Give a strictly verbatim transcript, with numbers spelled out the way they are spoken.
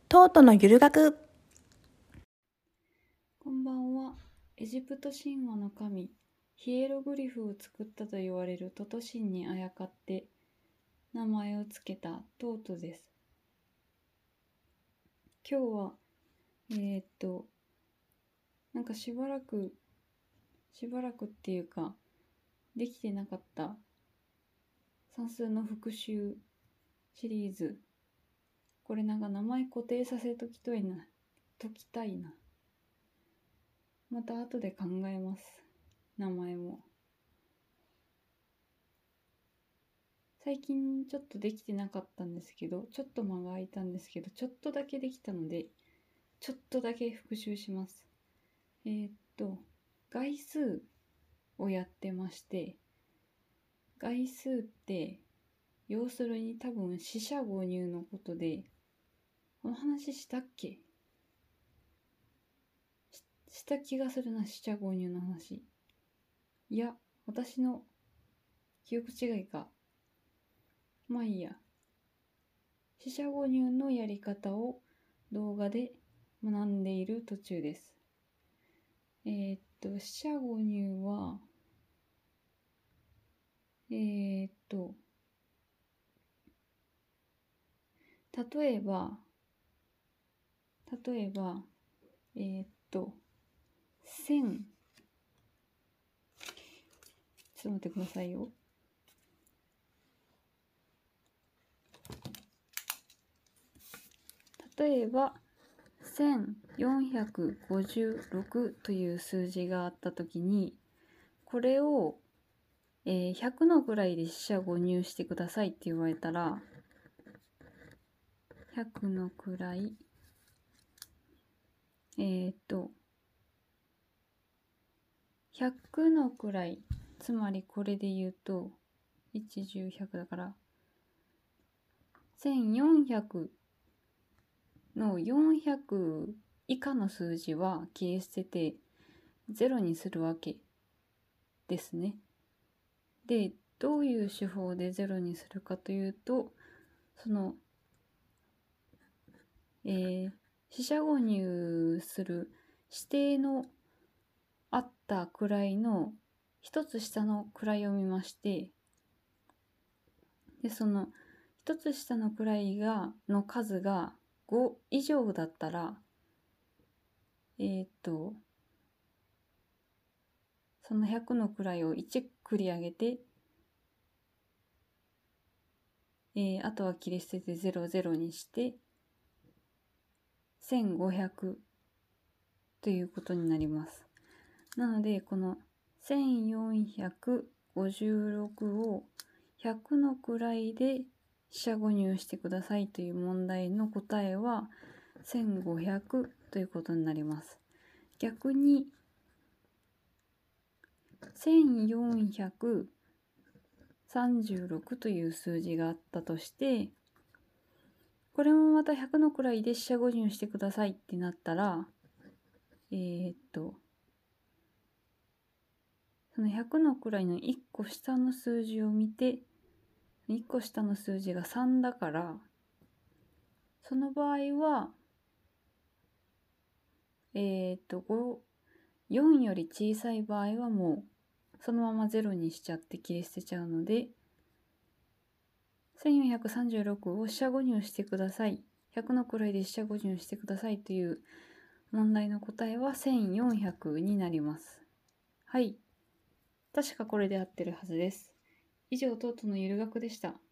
トートのゆる学。 こんばんは。エジプト神話の神、ヒエログリフを作ったと言われるトト神にあやかって名前をつけたトートです。今日は、えー、っと、なんかしばらく、しばらくっていうか、できてなかった算数の復習シリーズ。これなんか名前固定させときといな、ときたいな。また後で考えます。名前も。最近ちょっとできてなかったんですけど、ちょっと間が空いたんですけど、ちょっとだけできたので、ちょっとだけ復習します。えー、っと、概数をやってまして、概数って要するに多分四捨五入のことで、この話したっけ？しした気がするな、四捨五入の話。いや、私の記憶違いか。まあいいや。四捨五入のやり方を動画で学んでいる途中です。えー、っと、四捨五入は、えー、っと、例えば、例えば、えー、っと、千、ちょっと待ってくださいよ。例えば、せんよんひゃくごじゅうろくという数字があったときに、これを、えー、ひゃくの位で四捨五入してくださいって言われたら、ひゃくの位、えー、っと、ひゃくの位、つまりこれで言うと、いち、じゅう、ひゃくだから、せんよんひゃくのよんひゃく以下の数字は切り捨ててゼロにするわけですね。で、どういう手法でゼロにするかというと、その、えー、四捨五入する指定のあった位の一つ下の位を見まして、で、その一つ下の位がの数がご以上だったら、えー、っと、そのひゃくの位をいち繰り上げて、えー、あとは切り捨ててゼロ、ゼロにして、せんごひゃくということになります。なので、このせんよんひゃくごじゅうろくをひゃくの位で四捨五入してくださいという問題の答えはせんごひゃくということになります。逆に、せんよんひゃくさんじゅうろくという数字があったとして、これもまたひゃくの位で四捨五入してくださいってなったら、えー、っと、そのひゃくの位のいっこ下の数字を見て、いっこ下の数字がさんだから、その場合は、えー、っと、ご、よんより小さい場合はもう、そのままゼロにしちゃって切り捨てちゃうので、せんよんひゃくさんじゅうろくを四捨五入してください。ひゃくの位で四捨五入してくださいという問題の答えはせんよんひゃくになります。はい。確かこれで合ってるはずです。以上、トートのゆる学でした。